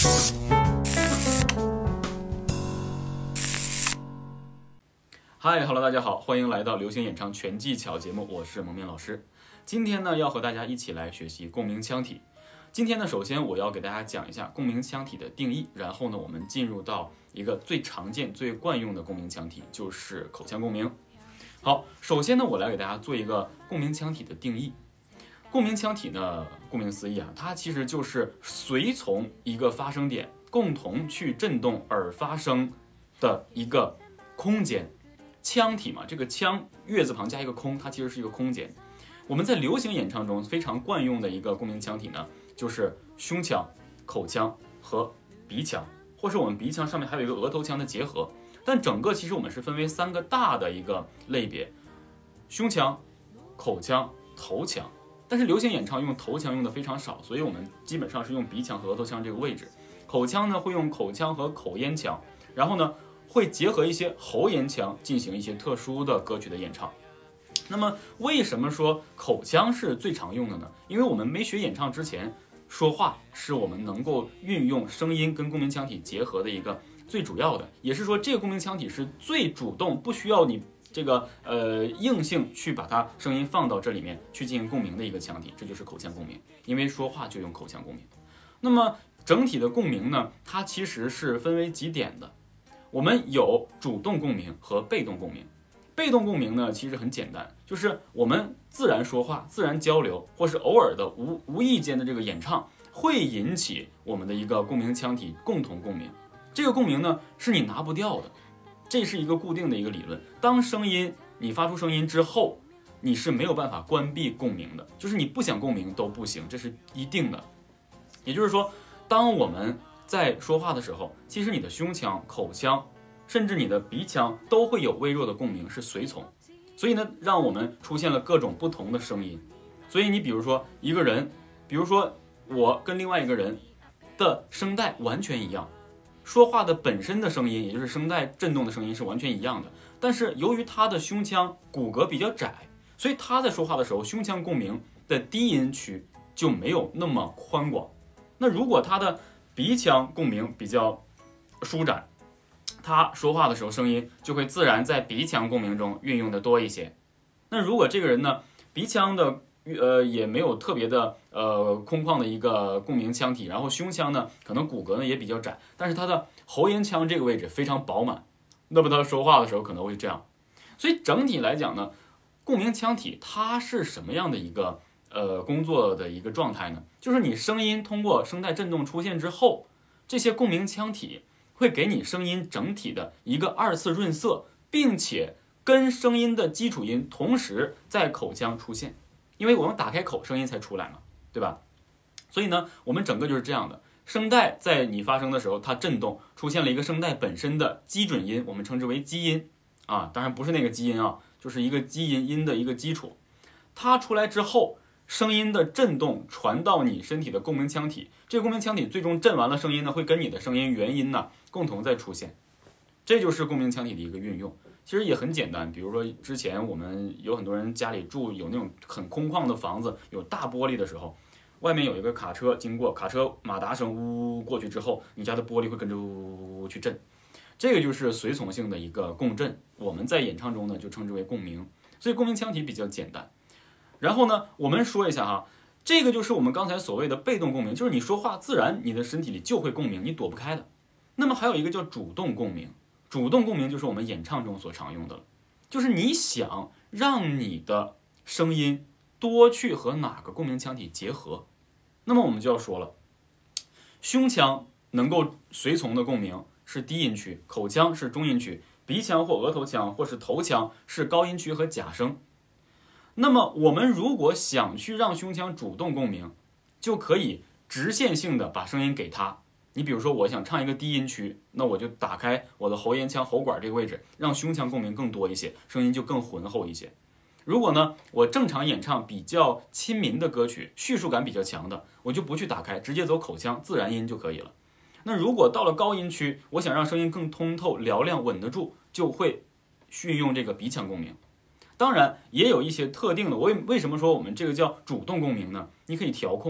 嗨，Hello，大家好，欢迎来到流行演唱全技巧节目，我是蒙面老师。今天呢，要和大家一起来学习共鸣腔体。今天呢，首先我要给大家讲一下共鸣腔体的定义，然后呢，我们进入到一个最常见、最惯用的共鸣腔体，就是口腔共鸣。好，首先呢，我来给大家做一个共鸣腔体的定义。共鸣腔体呢，顾名思义啊，它其实就是随从一个发声点，共同去振动而发声的一个空间。腔体嘛，这个腔月字旁加一个空，它其实是一个空间。我们在流行演唱中非常惯用的一个共鸣腔体呢，就是胸腔、口腔和鼻腔，或是我们鼻腔上面还有一个额头腔的结合。但整个其实我们是分为三个大的一个类别：胸腔、口腔、头腔。但是流行演唱用头腔用的非常少，所以我们基本上是用鼻腔和额头腔这个位置。口腔呢会用口腔和口咽腔，然后呢会结合一些喉咽腔进行一些特殊的歌曲的演唱。那么为什么说口腔是最常用的呢？因为我们没学演唱之前，说话是我们能够运用声音跟共鸣腔体结合的一个最主要的，也是说这个共鸣腔体是最主动，不需要你这个硬性去把它声音放到这里面去进行共鸣的一个腔体，这就是口腔共鸣。因为说话就用口腔共鸣。那么整体的共鸣呢，它其实是分为几点的。我们有主动共鸣和被动共鸣。被动共鸣呢，其实很简单，就是我们自然说话、自然交流，或是偶尔的无意间的这个演唱，会引起我们的一个共鸣腔体共同共鸣。这个共鸣呢，是你拿不掉的，这是一个固定的一个理论。当你发出声音之后，你是没有办法关闭共鸣的，就是你不想共鸣都不行，这是一定的。也就是说，当我们在说话的时候，其实你的胸腔、口腔，甚至你的鼻腔都会有微弱的共鸣，是随从。所以呢，让我们出现了各种不同的声音。所以你比如说一个人，比如说我跟另外一个人的声带完全一样，说话的本身的声音，也就是声带振动的声音是完全一样的。但是由于他的胸腔骨骼比较窄，所以他在说话的时候，胸腔共鸣的低音区就没有那么宽广。那如果他的鼻腔共鸣比较舒展，他说话的时候声音就会自然在鼻腔共鸣中运用的多一些。那如果这个人呢，鼻腔的也没有特别的空旷的一个共鸣腔体，然后胸腔呢可能骨骼呢也比较窄，但是他的喉咽腔这个位置非常饱满，那么他说话的时候可能会这样。所以整体来讲呢，共鸣腔体它是什么样的一个工作的一个状态呢？就是你声音通过声带振动出现之后，这些共鸣腔体会给你声音整体的一个二次润色，并且跟声音的基础音同时在口腔出现，因为我们打开口，声音才出来嘛，对吧？所以呢，我们整个就是这样的，声带在你发声的时候，它振动出现了一个声带本身的基准音，我们称之为基音啊，当然不是那个基因啊，就是一个基音的一个基础。它出来之后，声音的振动传到你身体的共鸣腔体，这个共鸣腔体最终振完了声音呢，会跟你的声音原音呢共同再出现，这就是共鸣腔体的一个运用。其实也很简单，比如说之前我们有很多人家里住有那种很空旷的房子，有大玻璃的时候，外面有一个卡车经过，卡车马达声呜过去之后，你家的玻璃会跟着呜去震，这个就是随从性的一个共振，我们在演唱中呢就称之为共鸣。所以共鸣腔体比较简单。然后呢，我们说一下哈，这个就是我们刚才所谓的被动共鸣，就是你说话自然你的身体里就会共鸣，你躲不开的。那么还有一个叫主动共鸣，主动共鸣就是我们演唱中所常用的了，就是你想让你的声音多去和哪个共鸣腔体结合，那么我们就要说了，胸腔能够随从的共鸣是低音区，口腔是中音区，鼻腔或额头腔或是头腔是高音区和假声。那么我们如果想去让胸腔主动共鸣，就可以直线性的把声音给它。你比如说我想唱一个低音区，那我就打开我的喉咽腔喉管这个位置，让胸腔共鸣更多一些，声音就更浑厚一些。如果呢我正常演唱比较亲民的歌曲，叙述感比较强的，我就不去打开，直接走口腔自然音就可以了。那如果到了高音区，我想让声音更通透嘹亮稳得住，就会运用这个鼻腔共鸣。当然也有一些特定的，为什么说我们这个叫主动共鸣呢？你可以调控，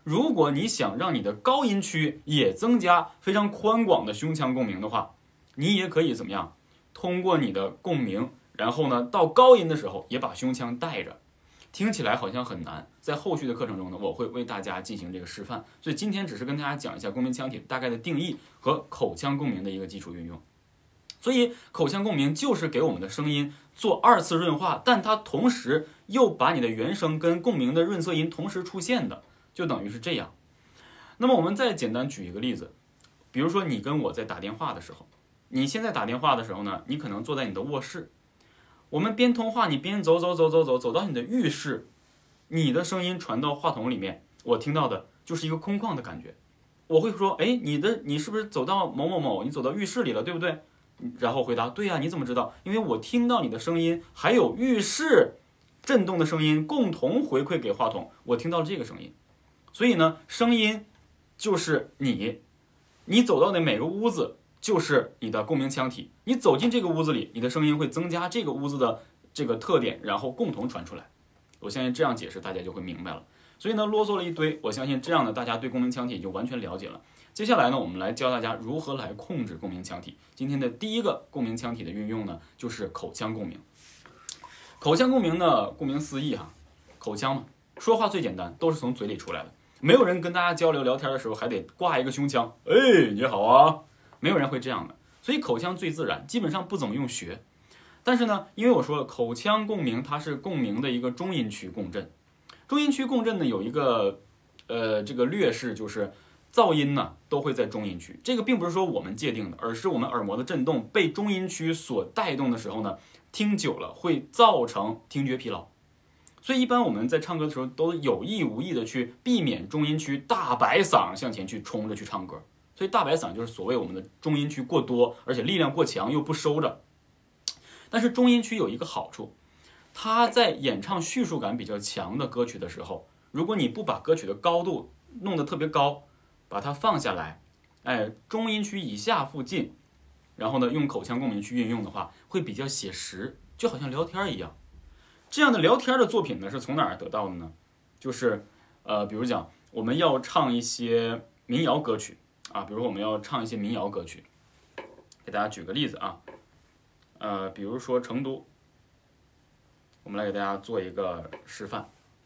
如果你想让你的高音区也增加非常宽广的胸腔共鸣的话，你也可以怎么样？通过你的共鸣，然后呢，到高音的时候也把胸腔带着。听起来好像很难，在后续的课程中呢，我会为大家进行这个示范。所以今天只是跟大家讲一下共鸣腔体大概的定义和口腔共鸣的一个基础运用。所以口腔共鸣就是给我们的声音做2次润化，但它同时又把你的原声跟共鸣的润色音同时出现的，就等于是这样。那么我们再简单举一个例子，比如说你跟我在打电话的时候，你现在打电话的时候呢，你可能坐在你的卧室，我们边通话，你边走到你的浴室，你的声音传到话筒里面，我听到的就是一个空旷的感觉。我会说，哎，你是不是走到某某某，你走到浴室里了，对不对？然后回答，对呀，你怎么知道？因为我听到你的声音，还有浴室震动的声音共同回馈给话筒，我听到了这个声音。所以呢，声音就是你走到的每个屋子就是你的共鸣腔体，你走进这个屋子里，你的声音会增加这个屋子的这个特点，然后共同传出来。我相信这样解释大家就会明白了。所以呢，啰嗦了一堆，我相信这样的大家对共鸣腔体就完全了解了。接下来呢，我们来教大家如何来控制共鸣腔体。今天的第一个共鸣腔体的运用呢，就是口腔共鸣。口腔共鸣呢，顾名思义哈，口腔嘛，说话最简单，都是从嘴里出来的。没有人跟大家交流聊天的时候还得挂一个胸腔，哎，你好啊，没有人会这样的。所以口腔最自然，基本上不怎么用学。但是呢，因为我说了，口腔共鸣它是共鸣的一个中音区共振。中音区共振呢有一个这个劣势，就是噪音呢都会在中音区。这个并不是说我们界定的，而是我们耳膜的振动被中音区所带动的时候呢，听久了会造成听觉疲劳。所以一般我们在唱歌的时候都有意无意的去避免中音区大白嗓向前去冲着去唱歌。所以大白嗓就是所谓我们的中音区过多，而且力量过强又不收着。但是中音区有一个好处，它在演唱叙述感比较强的歌曲的时候，如果你不把歌曲的高度弄得特别高，把它放下来，哎，中音区以下附近，然后呢用口腔共鸣去运用的话，会比较写实，就好像聊天一样。这样的聊天的作品呢，是从哪儿得到的呢？就是比如讲我们要唱一些民谣歌曲啊，比如我们要唱一些民谣歌曲，给大家举个例子啊，比如说成都，我们来给大家做一个示范。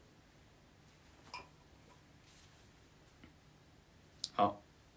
好，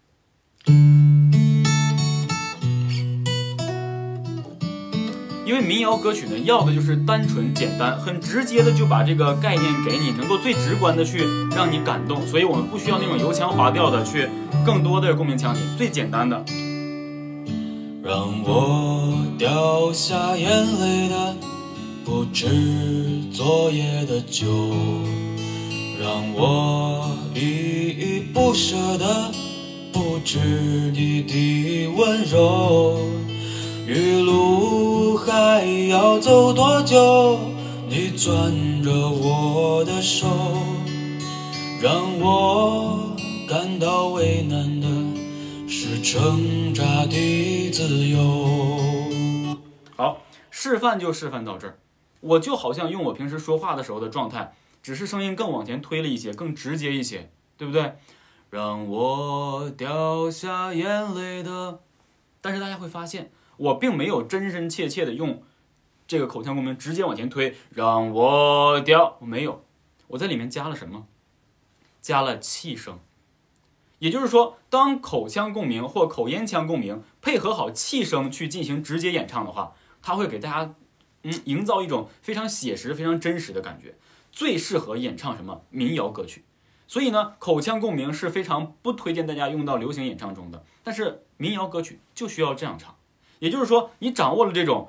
因为民谣歌曲呢，要的就是单纯简单，很直接的就把这个概念给你，能够最直观的去让你感动，所以我们不需要那种油腔滑调的去更多的共鸣腔体，最简单的。 让我掉下眼泪的不止昨夜的酒，让我依依不舍的不止你的温柔。余路还要走多久？你攥着我的手，让我感到为难的是挣扎的自由。 好，示范就示范到这儿。我就好像用我平时说话的时候的状态，只是声音更往前推了一些，更直接一些，对不对？让我掉下眼泪的，但是大家会发现，我并没有真真切切的用这个口腔共鸣直接往前推，让我掉，我没有，我在里面加了什么？加了气声。也就是说，当口腔共鸣或口咽腔共鸣配合好气声去进行直接演唱的话，它会给大家营造一种非常写实、非常真实的感觉，最适合演唱什么民谣歌曲。所以呢，口腔共鸣是非常不推荐大家用到流行演唱中的，但是民谣歌曲就需要这样唱。也就是说，你掌握了这种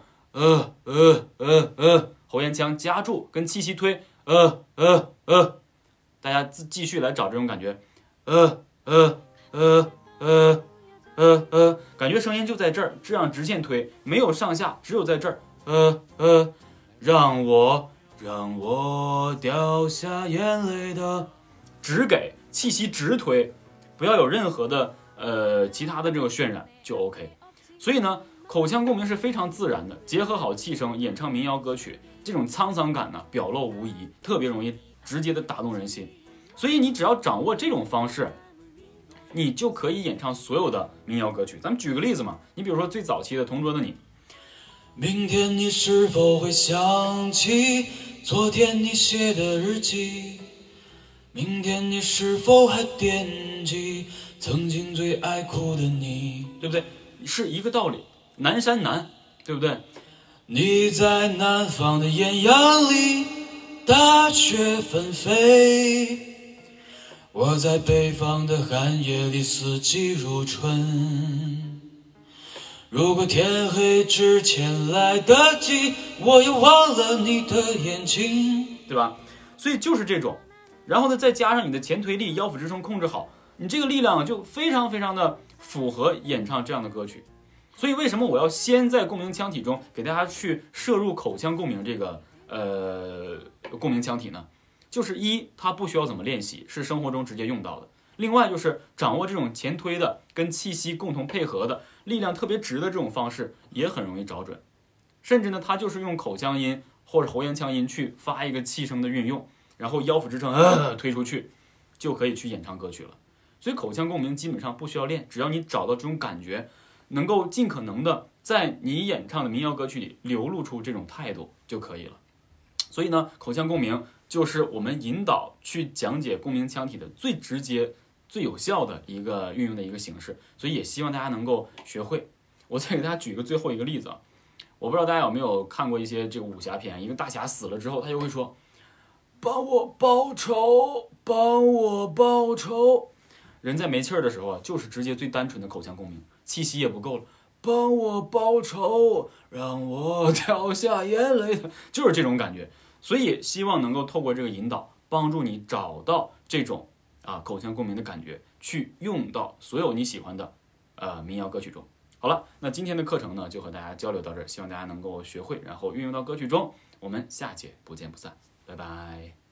喉咽腔夹住跟气息推大家继续来找这种感觉，感觉声音就在这儿，这样直线推，没有上下，只有在这儿，让我掉下眼泪的，只给气息直推，不要有任何的其他的这个渲染就 OK。所以呢，口腔共鸣是非常自然的，结合好气声演唱民谣歌曲，这种沧桑感呢表露无遗，特别容易直接的打动人心。 所以你只要掌握这种方式，你就可以演唱所有的民谣歌曲。咱们举个例子嘛，你比如说最早期的《同桌的你》， 明天你是否会想起昨天你写的日记？明天你是否还惦记曾经最爱哭的你？ 对不对？是一个道理。南山南，对不对？ 你在南方的艳阳里，大雪纷飞，我在北方的寒夜里，四季如春。如果天黑之前来得及，我也忘了你的眼睛， 对吧？所以就是这种，然后呢，再加上你的前推力、腰腹支撑控制好，你这个力量就非常非常的符合演唱这样的歌曲。所以为什么我要先在共鸣腔体中给大家去摄入口腔共鸣这个共鸣腔体呢？就是一，它不需要怎么练习，是生活中直接用到的。另外就是掌握这种前推的跟气息共同配合的力量特别直的这种方式也很容易找准，甚至呢它就是用口腔音或者喉咽腔音去发一个气声的运用，然后腰腹支撑推出去就可以去演唱歌曲了。所以口腔共鸣基本上不需要练，只要你找到这种感觉，能够尽可能的在你演唱的民谣歌曲里流露出这种态度就可以了。所以呢，口腔共鸣就是我们引导去讲解共鸣腔体的最直接最有效的一个运用的一个形式，所以也希望大家能够学会。我再给大家举最后一个例子啊，我不知道大家有没有看过一些这个武侠片，一个大侠死了之后，他就会说帮我报仇，帮我报仇。人在没气儿的时候啊，就是直接最单纯的口腔共鸣，气息也不够了，帮我报仇，让我掉下眼泪，就是这种感觉。所以希望能够透过这个引导，帮助你找到这种口腔共鸣的感觉，去用到所有你喜欢的民谣歌曲中。好了，那今天的课程呢，就和大家交流到这儿，希望大家能够学会，然后运用到歌曲中。我们下节不见不散，拜拜。